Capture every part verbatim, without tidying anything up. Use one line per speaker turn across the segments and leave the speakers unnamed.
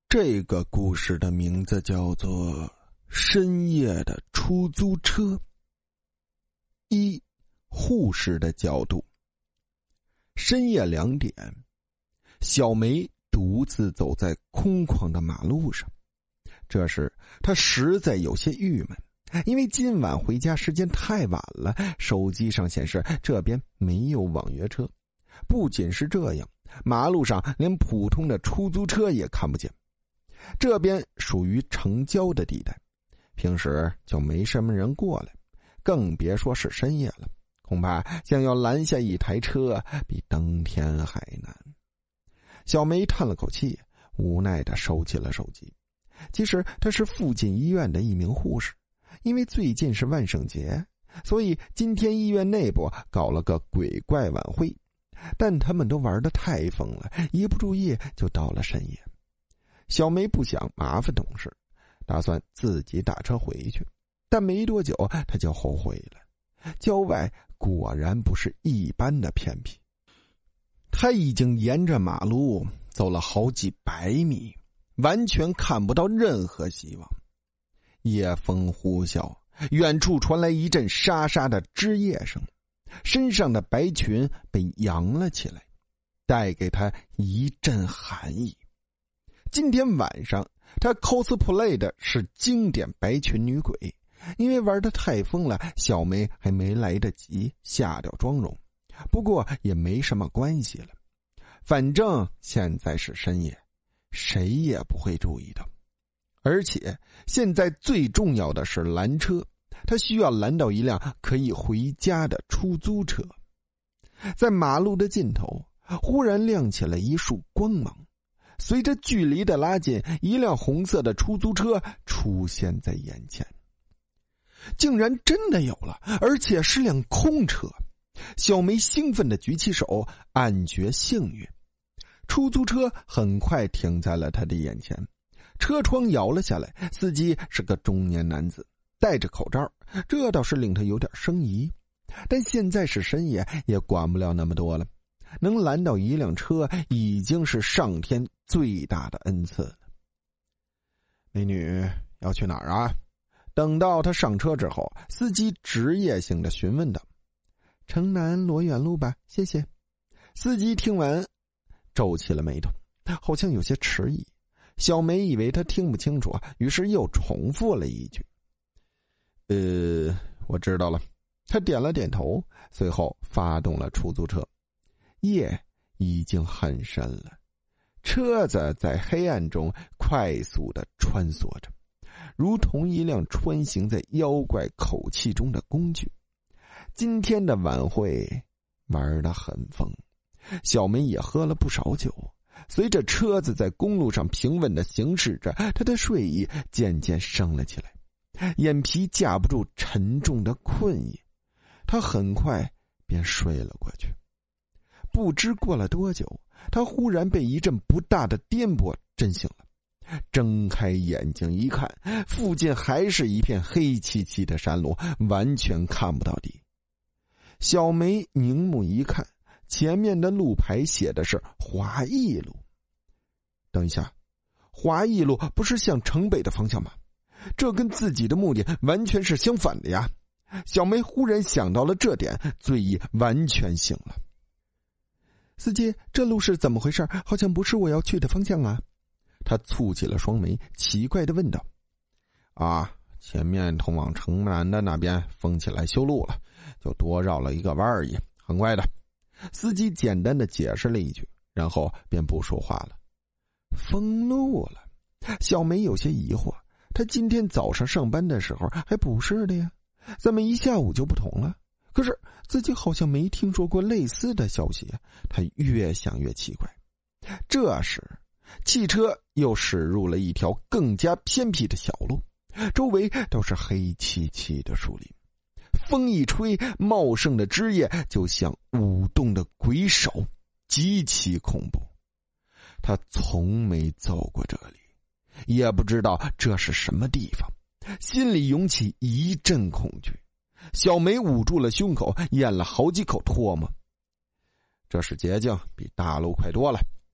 这个故事的名字叫做《深夜的出租车》。一、护士的角度。深夜两点，小梅独自走在空旷的马路上。这时她实在有些郁闷，因为今晚回家时间太晚了，手机上显示这边没有网约车。不仅是这样，马路上连普通的出租车也看不见。这边属于城郊的地带，平时就没什么人过来，更别说是深夜了，恐怕想要拦下一台车比登天还难。小梅叹了口气，无奈地收起了手机。其实她是附近医院的一名护士，因为最近是万圣节，所以今天医院内部搞了个鬼怪晚会，但他们都玩得太疯了，一不注意就到了深夜。小梅不想麻烦同事，打算自己打车回去，但没多久她就后悔了。郊外果然不是一般的偏僻，她已经沿着马路走了好几百米，完全看不到任何希望。夜风呼啸，远处传来一阵沙沙的枝叶声，身上的白裙被扬了起来，带给她一阵寒意。今天晚上她 cosplay 的是经典白裙女鬼，因为玩得太疯了，小梅还没来得及下掉妆容，不过也没什么关系了，反正现在是深夜，谁也不会注意到。而且现在最重要的是拦车，她需要拦到一辆可以回家的出租车。在马路的尽头忽然亮起了一束光芒，随着距离的拉近，一辆红色的出租车出现在眼前。竟然真的有了，而且是辆空车。小梅兴奋地举起手，暗觉幸运。出租车很快停在了她的眼前，车窗摇了下来，司机是个中年男子，戴着口罩，这倒是令她有点生疑。但现在是深夜，也管不了那么多了，能拦到一辆车已经是上天最大的恩赐了。美女，要去哪儿啊？等到他上车之后，司机职业性的询问道：城南罗远路吧，谢谢。司机听完皱起了眉头，好像有些迟疑。小梅以为他听不清楚，于是又重复了一句：呃，我知道了。他点了点头，随后发动了出租车。夜已经很深了，车子在黑暗中快速地穿梭着，如同一辆穿行在妖怪口气中的工具。今天的晚会玩得很疯，小梅也喝了不少酒，随着车子在公路上平稳地行驶着，她的睡意渐渐升了起来，眼皮架不住沉重的困意，她很快便睡了过去。不知过了多久，她忽然被一阵不大的颠簸震醒了。睁开眼睛一看，附近还是一片黑漆漆的山路，完全看不到底。小梅凝目一看，前面的路牌写的是华义路。等一下，华义路不是向城北的方向吗？这跟自己的目的完全是相反的呀。小梅忽然想到了这点，醉意完全醒了。司机，这路是怎么回事？好像不是我要去的方向啊。他蹙起了双眉，奇怪地问道：啊，前面通往城南的那边封起来修路了，就多绕了一个弯而已，很快的。司机简单地解释了一句，然后便不说话了。封路了？小梅有些疑惑，她今天早上上班的时候还不是的呀，怎么一下午就不同了？可是自己好像没听说过类似的消息，她越想越奇怪。这时汽车又驶入了一条更加偏僻的小路，周围都是黑漆漆的树林，风一吹，茂盛的枝叶就像舞动的鬼手，极其恐怖。他从没走过这里，也不知道这是什么地方，心里涌起一阵恐惧。小梅捂住了胸口，咽了好几口唾沫。这是捷径，比大路快多了。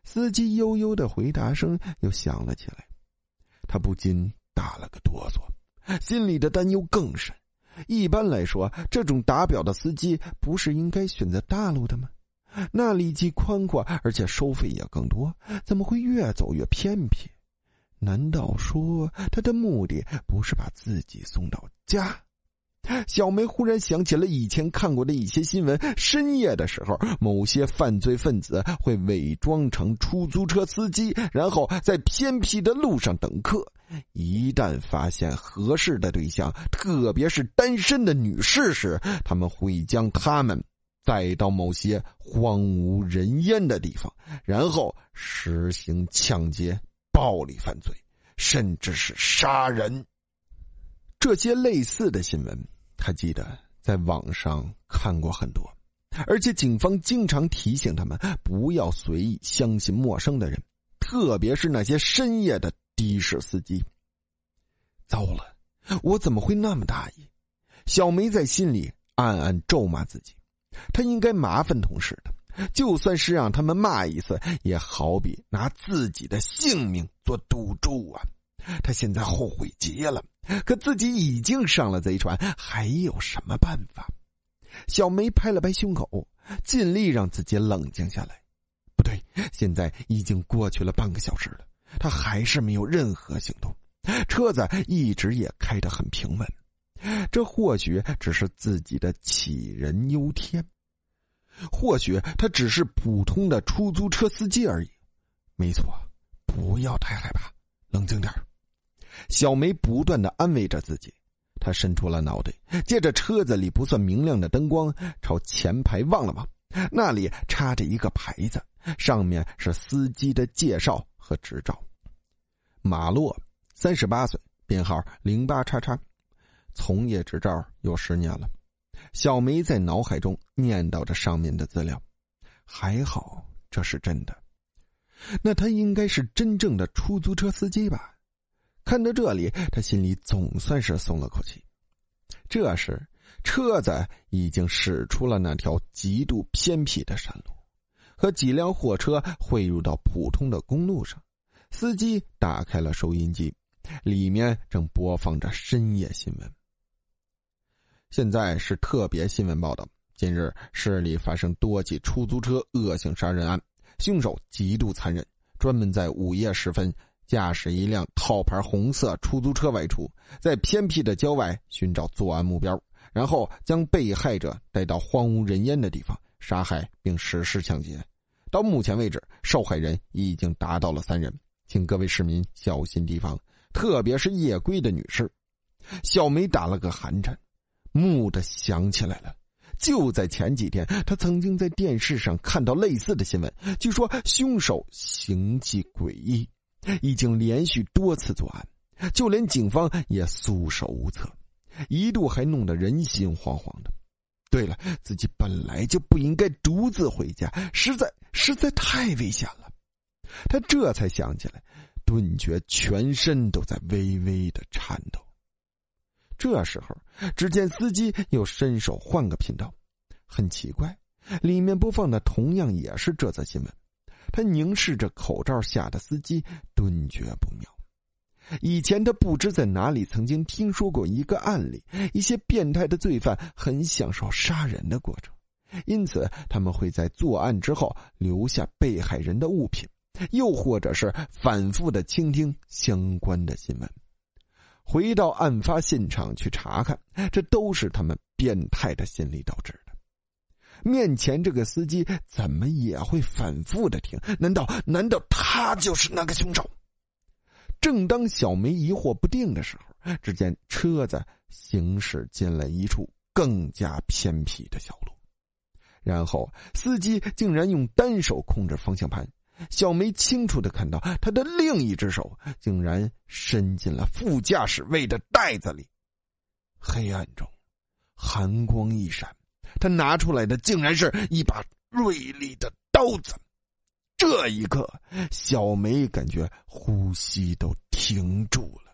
司机悠悠的回答声又响了起来，他不禁打了个哆嗦，心里的担忧更甚。一般来说，这种打表的司机不是应该选择大路的吗？那里既宽阔，而且收费也更多，怎么会越走越偏僻？难道说他的目的不是把自己送到家？小梅忽然想起了以前看过的一些新闻，深夜的时候，某些犯罪分子会伪装成出租车司机，然后在偏僻的路上等客。一旦发现合适的对象，特别是单身的女士时，他们会将他们带到某些荒无人烟的地方，然后实行抢劫、暴力犯罪，甚至是杀人。这些类似的新闻他记得在网上看过很多，而且警方经常提醒他们不要随意相信陌生的人，特别是那些深夜的的士司机。糟了，我怎么会那么大意？小梅在心里暗暗咒骂自己，她应该麻烦同事的，就算是让他们骂一次，也好比拿自己的性命做赌注啊！她现在后悔极了，可自己已经上了贼船，还有什么办法？小梅拍了拍胸口，尽力让自己冷静下来。不对，现在已经过去了半个小时了，她还是没有任何行动，车子一直也开得很平稳。这或许只是自己的杞人忧天，或许他只是普通的出租车司机而已。没错，不要太害怕，冷静点。小梅不断地安慰着自己，她伸出了脑袋，借着车子里不算明亮的灯光，朝前排望了望，那里插着一个牌子，上面是司机的介绍和执照。马洛，三十八岁，编号零八叉叉，从业执照有十年了。小梅在脑海中念叨着上面的资料，还好这是真的，那他应该是真正的出租车司机吧？看到这里，他心里总算是松了口气。这时，车子已经驶出了那条极度偏僻的山路，和几辆货车汇入到普通的公路上。司机打开了收音机，里面正播放着深夜新闻。现在是特别新闻报道，近日市里发生多起出租车恶性杀人案，凶手极度残忍，专门在午夜时分驾驶一辆套牌红色出租车外出，在偏僻的郊外寻找作案目标，然后将被害者带到荒无人烟的地方杀害并实施抢劫。到目前为止，受害人已经达到了三人，请各位市民小心提防，特别是夜归的女士。小梅打了个寒颤，蓦地想起来了，就在前几天，他曾经在电视上看到类似的新闻，据说凶手行迹诡异，已经连续多次作案，就连警方也束手无策，一度还弄得人心惶惶的。对了，自己本来就不应该独自回家，实在实在太危险了。他这才想起来，顿觉全身都在微微的颤抖。这时候，只见司机又伸手换个频道，很奇怪，里面播放的同样也是这则新闻。他凝视着口罩下的司机，顿觉不妙。以前他不知在哪里曾经听说过一个案例，一些变态的罪犯很享受杀人的过程，因此他们会在作案之后留下被害人的物品，又或者是反复的倾听相关的新闻，回到案发现场去查看，这都是他们变态的心理导致的。面前这个司机怎么也会反复的听？难道难道他就是那个凶手？正当小梅疑惑不定的时候，只见车子行驶进了一处更加偏僻的小路，然后司机竟然用单手控制方向盘。小梅清楚地看到他的另一只手竟然伸进了副驾驶位的袋子里。黑暗中寒光一闪，他拿出来的竟然是一把锐利的刀子。这一刻，小梅感觉呼吸都停住了。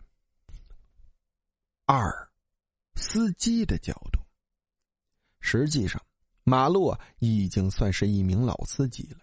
二，司机的角度。实际上，马洛已经算是一名老司机了。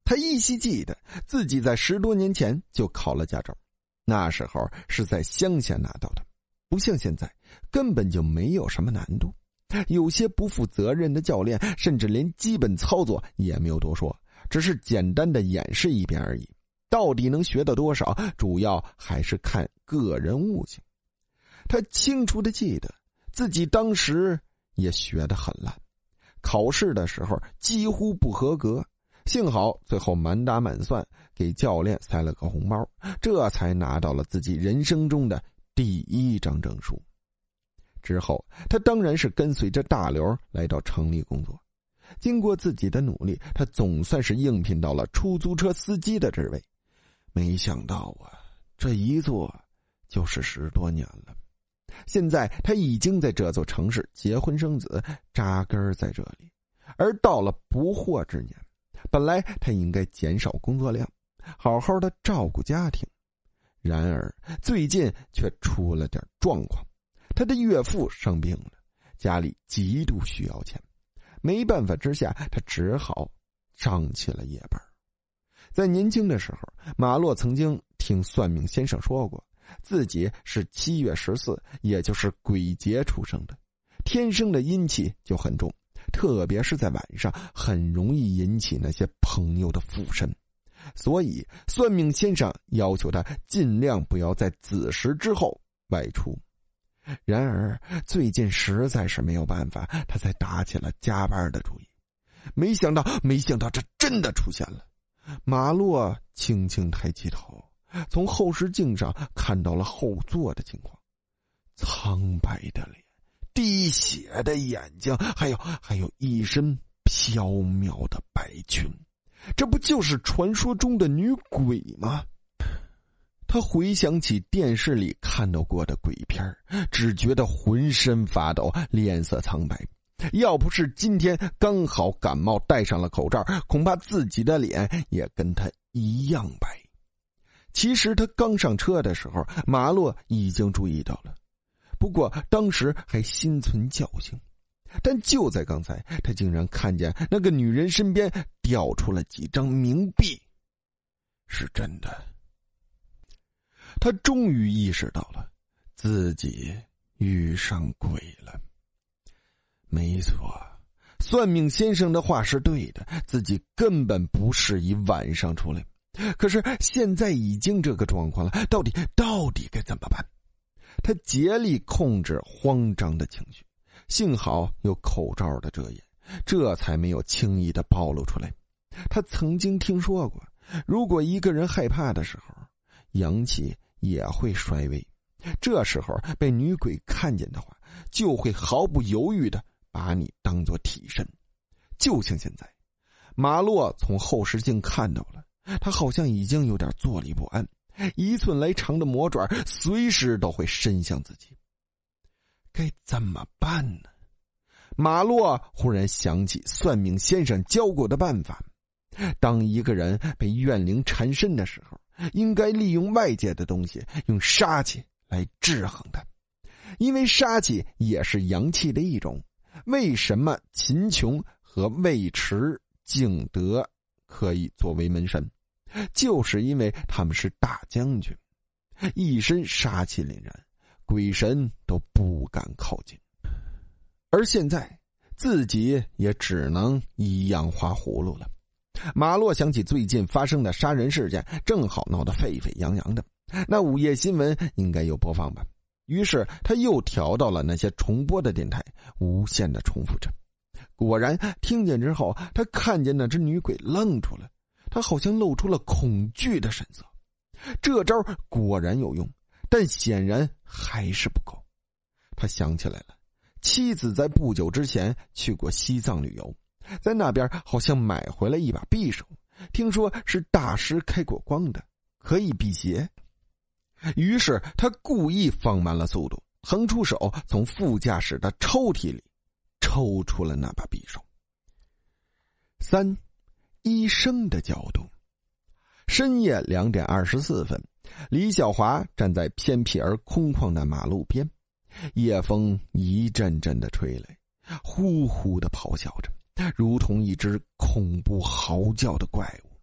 他依稀记得自己在十多年前就考了驾照，那时候是在乡下拿到的，不像现在根本就没有什么难度。有些不负责任的教练甚至连基本操作也没有多说，只是简单的演示一遍而已。到底能学到多少，主要还是看个人悟性。他清楚地记得自己当时也学得很烂，考试的时候几乎不合格，幸好最后满打满算给教练塞了个红包，这才拿到了自己人生中的第一张证书。之后他当然是跟随着大刘来到城里工作，经过自己的努力，他总算是应聘到了出租车司机的职位。没想到啊，这一做就是十多年了。现在他已经在这座城市结婚生子，扎根在这里。而到了不惑之年，本来他应该减少工作量，好好的照顾家庭。然而最近却出了点状况，他的岳父生病了，家里极度需要钱，没办法之下，他只好上起了夜班。在年轻的时候，马洛曾经听算命先生说过，自己是七月十四，也就是鬼节出生的，天生的阴气就很重，特别是在晚上，很容易引起那些朋友的附身。所以算命先生要求他尽量不要在子时之后外出。然而最近实在是没有办法，他才打起了加班的主意。没想到没想到这真的出现了。马洛轻轻抬起头，从后视镜上看到了后座的情况，苍白的脸，滴血的眼睛，还有还有一身飘渺的白裙，这不就是传说中的女鬼吗？他回想起电视里看到过的鬼片，只觉得浑身发抖，脸色苍白。要不是今天刚好感冒戴上了口罩，恐怕自己的脸也跟他一样白。其实他刚上车的时候，马洛已经注意到了，不过当时还心存侥幸。但就在刚才，他竟然看见那个女人身边掉出了几张冥币。是真的。他终于意识到了自己遇上鬼了。没错，算命先生的话是对的，自己根本不适宜晚上出来。可是现在已经这个状况了，到底到底该怎么办？他竭力控制慌张的情绪，幸好有口罩的遮掩，这才没有轻易的暴露出来。他曾经听说过，如果一个人害怕的时候，阳气也会衰微，这时候被女鬼看见的话，就会毫不犹豫的把你当作替身。就像现在，马洛从后视镜看到了，他好像已经有点坐立不安，一寸来长的魔爪随时都会伸向自己。该怎么办呢？马洛忽然想起算命先生教过的办法，当一个人被怨灵缠身的时候，应该利用外界的东西，用杀气来制衡它。因为杀气也是阳气的一种。为什么秦琼和尉迟敬德可以作为门神？就是因为他们是大将军，一身杀气凛然，鬼神都不敢靠近。而现在自己也只能一样画葫芦了。马洛想起最近发生的杀人事件，正好闹得沸沸扬扬的，那午夜新闻应该有播放吧。于是他又调到了那些重播的电台，无限的重复着。果然听见之后，他看见那只女鬼愣住了，他好像露出了恐惧的神色。这招果然有用，但显然还是不够。他想起来了，妻子在不久之前去过西藏旅游，在那边好像买回了一把匕首，听说是大师开过光的，可以辟邪。于是他故意放慢了速度，腾出手从副驾驶的抽屉里抽出了那把匕首。三，医生的角度。深夜两点二十四分，李小华站在偏僻而空旷的马路边，夜风一阵阵的吹来，呼呼的咆哮着，如同一只恐怖嚎叫的怪物。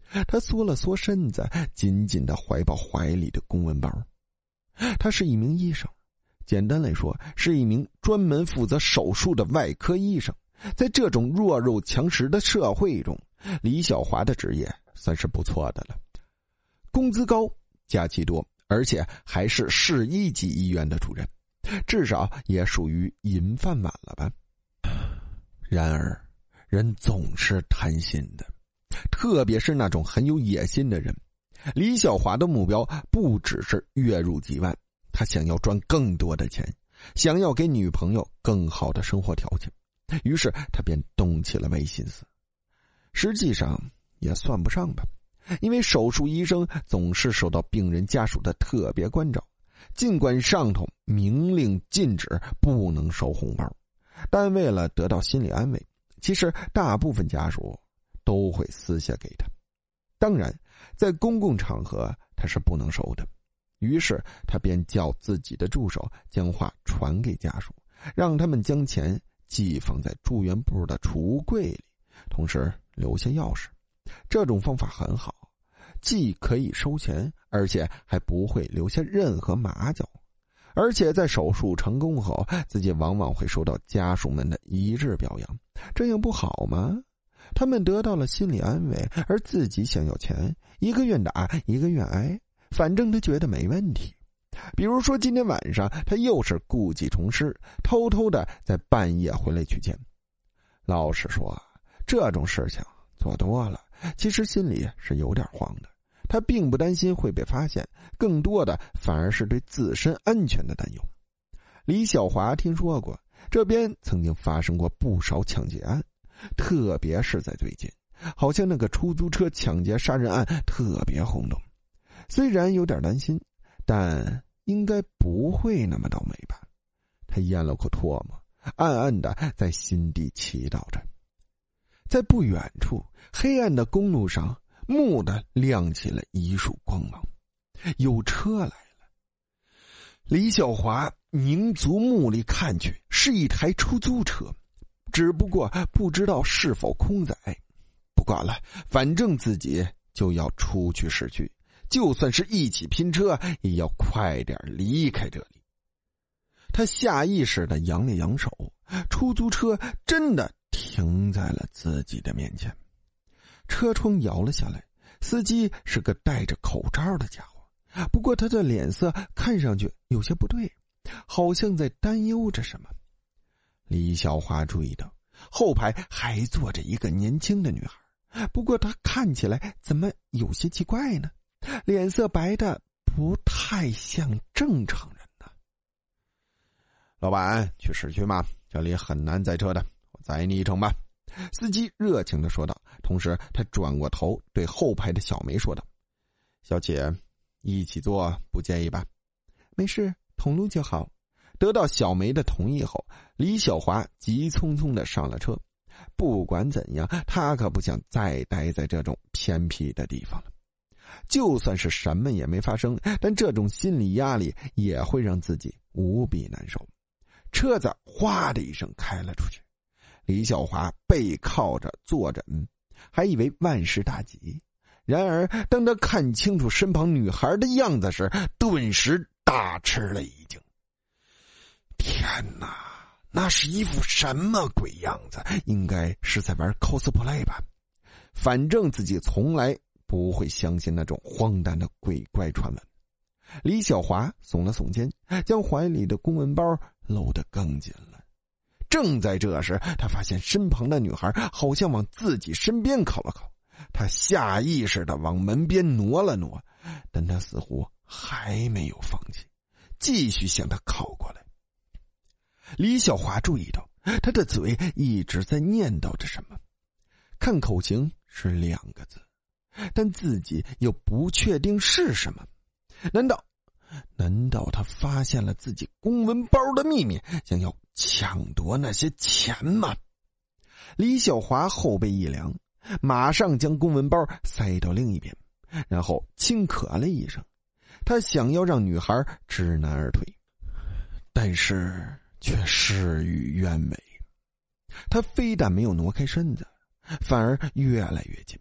他缩了缩身子，紧紧地怀抱怀里的公文包。他是一名医生，简单来说是一名专门负责手术的外科医生。在这种弱肉强食的社会中，李小华的职业算是不错的了，工资高，假期多，而且还是市一级医院的主任，至少也属于银饭碗了吧。然而人总是贪心的，特别是那种很有野心的人。李小华的目标不只是月入几万，他想要赚更多的钱，想要给女朋友更好的生活条件。于是他便动起了歪心思，实际上也算不上吧，因为手术医生总是受到病人家属的特别关照，尽管上头明令禁止不能收红包，但为了得到心理安慰，其实大部分家属都会私下给他。当然在公共场合他是不能收的，于是他便叫自己的助手将话传给家属，让他们将钱寄放在住院部的储物柜里，同时留下钥匙。这种方法很好，既可以收钱，而且还不会留下任何马脚。而且在手术成功后，自己往往会受到家属们的一致表扬，这样不好吗？他们得到了心理安慰，而自己想要钱，一个愿打一个愿挨，反正他觉得没问题。比如说今天晚上他又是故技重施，偷偷的在半夜回来取钱。老实说，这种事情做多了，其实心里是有点慌的。他并不担心会被发现，更多的反而是对自身安全的担忧。李小华听说过这边曾经发生过不少抢劫案，特别是在最近，好像那个出租车抢劫杀人案特别轰动。虽然有点担心，但应该不会那么倒霉吧。他咽了口唾沫，暗暗的在心底祈祷着。在不远处，黑暗的公路上蓦地亮起了一束光芒，有车来了。李小华凝足目力看去，是一台出租车，只不过不知道是否空载。不管了，反正自己就要出去市区，就算是一起拼车，也要快点离开这里。他下意识地扬了扬手，出租车真的停在了自己的面前。车窗摇了下来，司机是个戴着口罩的家伙，不过他的脸色看上去有些不对，好像在担忧着什么。李小华注意到后排还坐着一个年轻的女孩，不过她看起来怎么有些奇怪呢？脸色白的不太像正常人呢。老板，去市区吗？这里很难载车的，我载你一程吧。司机热情地说道，同时他转过头对后排的小梅说道：小姐，一起坐不介意吧？没事，同路就好。得到小梅的同意后，李小华急匆匆地上了车。不管怎样，他可不想再待在这种偏僻的地方了。就算是什么也没发生，但这种心理压力也会让自己无比难受。车子哗的一声开了出去，李小华背靠着坐着，嗯，还以为万事大吉。然而当他看清楚身旁女孩的样子时，顿时大吃了一惊。天哪，那是一副什么鬼样子？应该是在玩 cosplay 吧。反正自己从来不会相信那种荒诞的鬼怪传闻。李小华耸了耸肩，将怀里的公文包搂得更紧了。正在这时，他发现身旁的女孩好像往自己身边靠了靠，他下意识地往门边挪了挪，但他似乎还没有放弃，继续向他靠过来。李小华注意到他的嘴一直在念叨着什么，看口型是两个字，但自己又不确定是什么。难道难道他发现了自己公文包的秘密，想要抢夺那些钱吗？李小华后背一凉，马上将公文包塞到另一边，然后轻咳了一声。他想要让女孩知难而退，但是却事与愿违。他非但没有挪开身子，反而越来越近，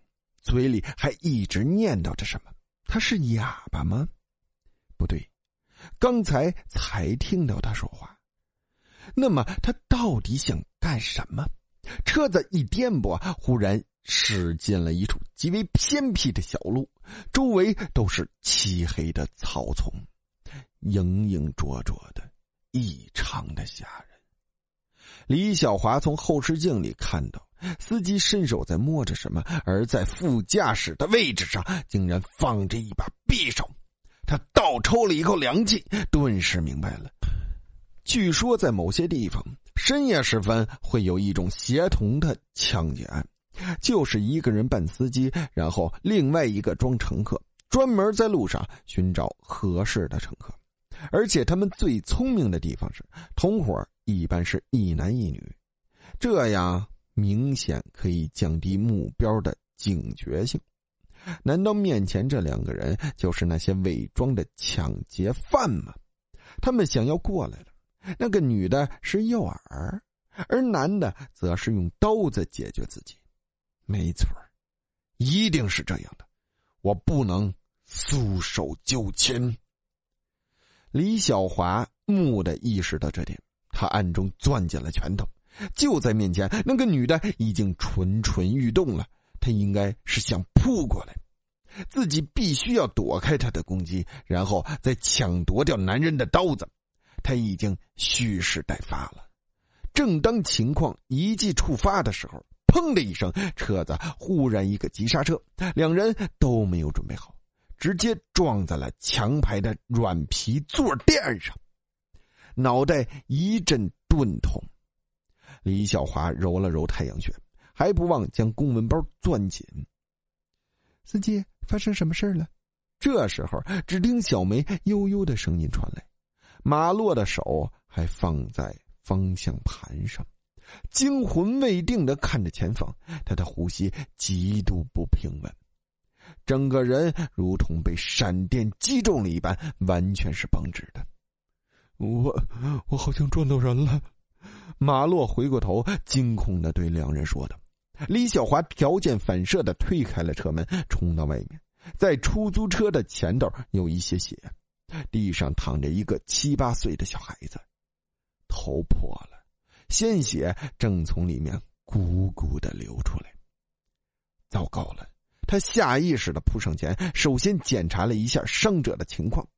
嘴里还一直念叨着什么。他是哑巴吗？不对，刚才才听到他说话。那么他到底想干什么？车子一颠簸，忽然驶进了一处极为偏僻的小路，周围都是漆黑的草丛，影影绰绰的，异常的吓人。李小华从后视镜里看到司机伸手在摸着什么，而在副驾驶的位置上竟然放着一把匕首。他倒抽了一口凉气，顿时明白了。据说在某些地方深夜时分会有一种协同的抢劫案，就是一个人扮司机，然后另外一个装乘客，专门在路上寻找合适的乘客。而且他们最聪明的地方是，同伙一般是一男一女，这样明显可以降低目标的警觉性。难道面前这两个人就是那些伪装的抢劫犯吗？他们想要过来了，那个女的是诱饵，而男的则是用刀子解决自己。没错，一定是这样的，我不能束手就擒。李小华蓦地意识到这点，他暗中攥紧了拳头。就在面前，那个女的已经蠢蠢欲动了，她应该是想扑过来，自己必须要躲开她的攻击，然后再抢夺掉男人的刀子。他已经蓄势待发了。正当情况一记触发的时候，砰的一声，车子忽然一个急刹车，两人都没有准备好，直接撞在了墙排的软皮坐垫上，脑袋一阵钝痛。李小华揉了揉太阳穴，还不忘将公文包攥紧。司机，发生什么事了？这时候只听小梅悠悠的声音传来，马洛的手还放在方向盘上，惊魂未定地看着前方，他的呼吸极度不平稳，整个人如同被闪电击中了一般，完全是绷直的。我我好像撞到人了。马洛回过头，惊恐地对两人说道。李小华条件反射地推开了车门，冲到外面，在出租车的前头有一些血，地上躺着一个七八岁的小孩子，头破了，鲜血正从里面汩汩地流出来。糟糕了，他下意识地扑上前，首先检查了一下伤者的情况。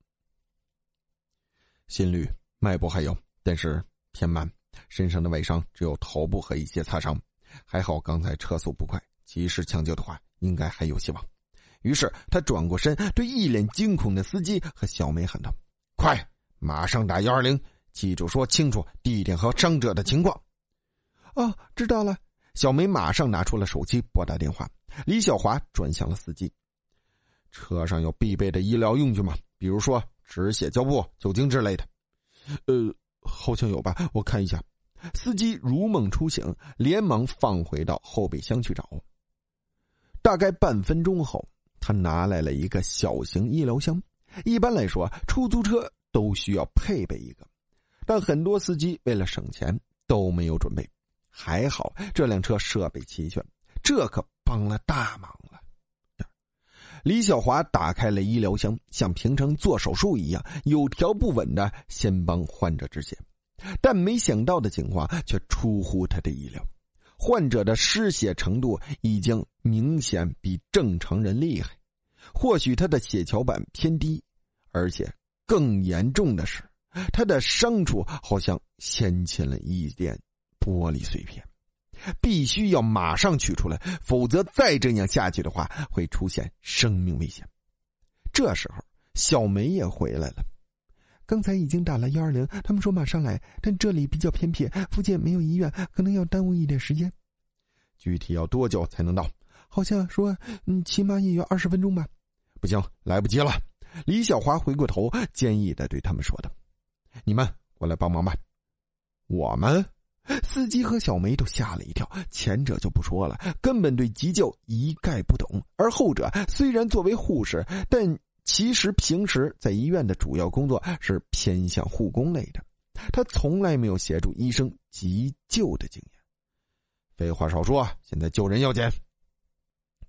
心率、脉搏还有，但是偏慢，身上的外伤只有头部和一些擦伤，还好刚才车速不快，及时抢救的话应该还有希望。于是他转过身，对一脸惊恐的司机和小梅喊道：快，马上打一二零，记住说清楚地点和伤者的情况。哦，知道了。小梅马上拿出了手机拨打电话。李小华转向了司机。车上有必备的医疗用具吗？比如说止血胶布、酒精之类的。呃，好像有吧，我看一下。司机如梦初醒，连忙放回到后备箱去找。大概半分钟后，他拿来了一个小型医疗箱。一般来说，出租车都需要配备一个，但很多司机为了省钱都没有准备。还好这辆车设备齐全，这可帮了大忙了。李小华打开了医疗箱，像平常做手术一样，有条不紊的先帮患者止血。但没想到的情况却出乎他的意料，患者的失血程度已经明显比正常人厉害，或许他的血小板偏低，而且更严重的是，他的伤处好像掀起了一点玻璃碎片，必须要马上取出来，否则再这样下去的话会出现生命危险。这时候小梅也回来了。刚才已经打了一二零，他们说马上来，但这里比较偏僻，附近没有医院，可能要耽误一点时间。具体要多久才能到？好像说嗯，起码也要二十分钟吧。不行，来不及了。李小华回过头，坚毅地对他们说道：你们过来帮忙吧。我们？司机和小梅都吓了一跳，前者就不说了，根本对急救一概不懂，而后者虽然作为护士，但其实平时在医院的主要工作是偏向护工类的，他从来没有协助医生急救的经验。废话少说，现在救人要紧。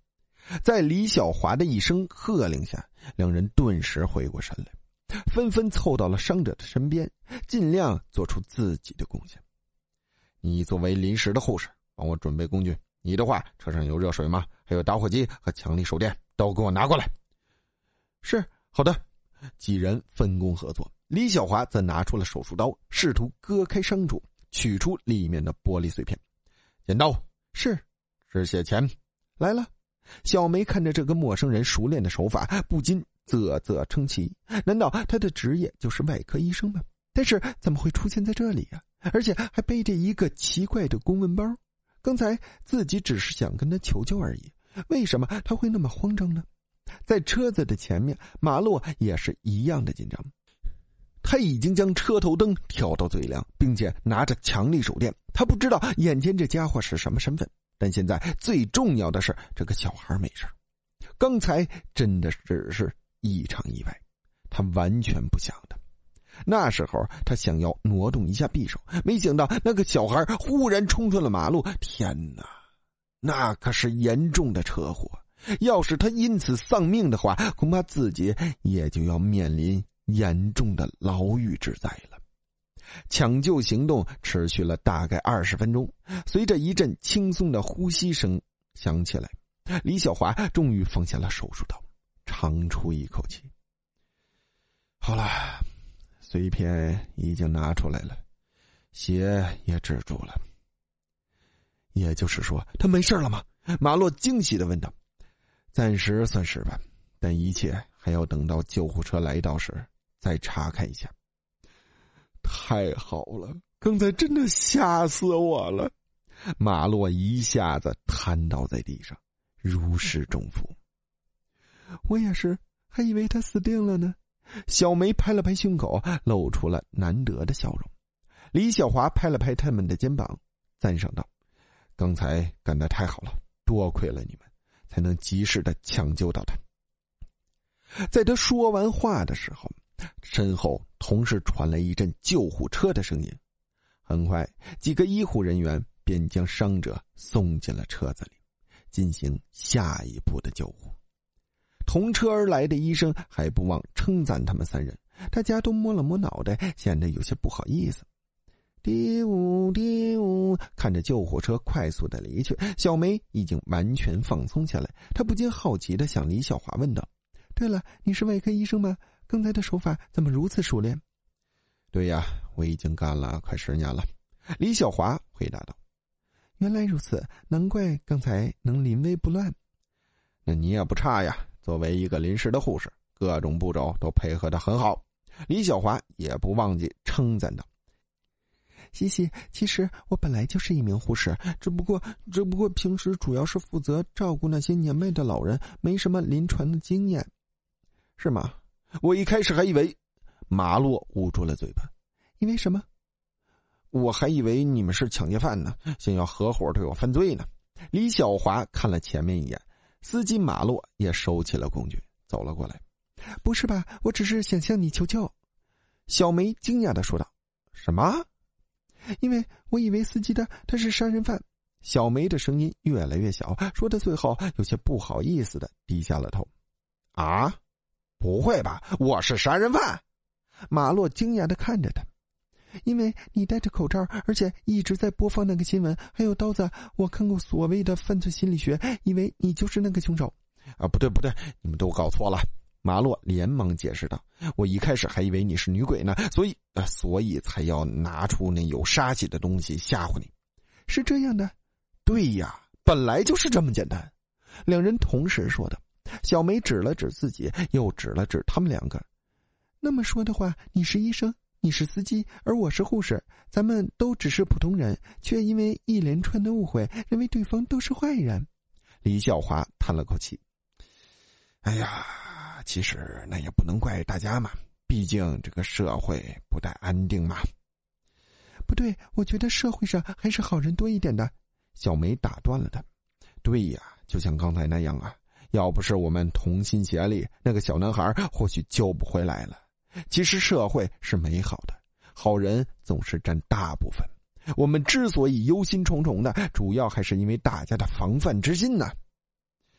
在李小华的一声喝令下，两人顿时回过神来，纷纷凑到了伤者的身边，尽量做出自己的贡献。你作为临时的护士，帮我准备工具。你的话，车上有热水吗？还有打火机和强力手电，都给我拿过来。是，好的。几人分工合作，李小华则拿出了手术刀，试图割开伤处，取出里面的玻璃碎片。剪刀，是。止血钳，来了。小梅看着这个陌生人熟练的手法，不禁啧啧称奇。难道他的职业就是外科医生吗？但是怎么会出现在这里呀、啊？而且还背着一个奇怪的公文包。刚才自己只是想跟他求救而已，为什么他会那么慌张呢？在车子的前面，马洛也是一样的紧张。他已经将车头灯调到最亮，并且拿着强力手电。他不知道眼前这家伙是什么身份，但现在最重要的是这个小孩没事。刚才真的只是一场意外，他完全不想的。那时候他想要挪动一下匕首，没想到那个小孩忽然冲出了马路。天哪，那可是严重的车祸，要是他因此丧命的话，恐怕自己也就要面临严重的牢狱之灾了。抢救行动持续了大概二十分钟，随着一阵轻松的呼吸声响起来，李小华终于放下了手术刀，长出一口气。好了，碎片已经拿出来了，血也止住了。也就是说，他没事了吗？马洛惊喜地问道。暂时算是吧，但一切还要等到救护车来到时再查看一下。太好了，刚才真的吓死我了。马洛一下子瘫倒在地上，如释重负。我也是，还以为他死定了呢。小梅拍了拍胸口，露出了难得的笑容。李小华拍了拍他们的肩膀，赞赏道：刚才干得太好了，多亏了你们，才能及时的抢救到他。在他说完话的时候，身后同时传来一阵救护车的声音。很快，几个医护人员便将伤者送进了车子里，进行下一步的救护。同车而来的医生还不忘称赞他们三人，大家都摸了摸脑袋，显得有些不好意思。嘀呜嘀呜，看着救护车快速的离去，小梅已经完全放松下来。她不禁好奇地向李小华问道：对了，你是外科医生吗？刚才的手法怎么如此熟练？对呀，我已经干了快十年了。李小华回答道。原来如此，难怪刚才能临危不乱。那你也不差呀，作为一个临时的护士，各种步骤都配合得很好。李小华也不忘记称赞道。西西，其实我本来就是一名护士，只不过只不过平时主要是负责照顾那些年迈的老人，没什么临床的经验。是吗？我一开始还以为……马洛捂住了嘴巴。因为什么？我还以为你们是抢劫犯呢，想要合伙对我犯罪呢。李小华看了前面一眼，司机马洛也收起了工具，走了过来。不是吧，我只是想向你求救。小梅惊讶地说道。什么？因为我以为司机的他是杀人犯。小梅的声音越来越小，说的最后有些不好意思的低下了头。啊？不会吧，我是杀人犯？马洛惊讶的看着他。因为你戴着口罩，而且一直在播放那个新闻，还有刀子，我看过所谓的犯罪心理学，以为你就是那个凶手。啊，不对不对，你们都搞错了。马洛连忙解释道，我一开始还以为你是女鬼呢，所以、呃、所以才要拿出那有杀气的东西吓唬你。是这样的？对呀，本来就是这么简单。两人同时说的。小梅指了指自己，又指了指他们两个。那么说的话，你是医生，你是司机，而我是护士，咱们都只是普通人，却因为一连串的误会，认为对方都是坏人。李小华叹了口气。哎呀，其实那也不能怪大家嘛，毕竟这个社会不太安定嘛。不对，我觉得社会上还是好人多一点的。小梅打断了他。对呀，就像刚才那样啊，要不是我们同心协力，那个小男孩或许救不回来了。其实社会是美好的，好人总是占大部分。我们之所以忧心忡忡的，主要还是因为大家的防范之心呢。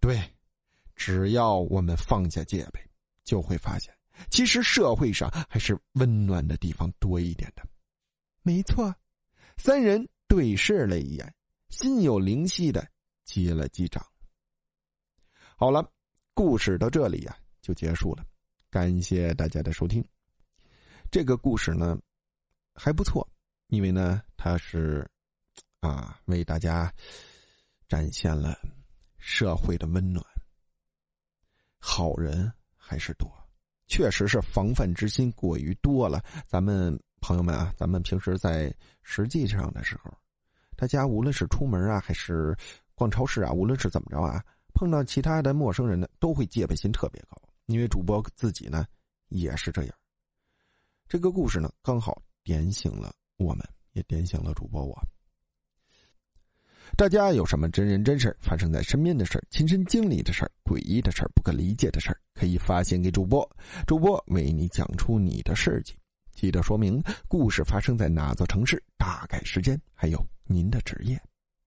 对，只要我们放下戒备，就会发现其实社会上还是温暖的地方多一点的。没错，三人对视了一眼，心有灵犀的击了击掌。好了，故事到这里呀、啊、就结束了，感谢大家的收听。这个故事呢还不错，因为呢它是啊为大家展现了社会的温暖。好人还是多，确实是防范之心过于多了。咱们朋友们啊，咱们平时在实际上的时候，大家无论是出门啊还是逛超市啊，无论是怎么着啊，碰到其他的陌生人呢，都会戒备心特别高。因为主播自己呢也是这样。这个故事呢刚好点醒了我们，也点醒了主播我。大家有什么真人真事发生在身边的事，亲身经历的事，诡异的事，不可理解的事，可以发现给主播，主播为你讲出你的事迹。记得说明故事发生在哪座城市，大概时间，还有您的职业。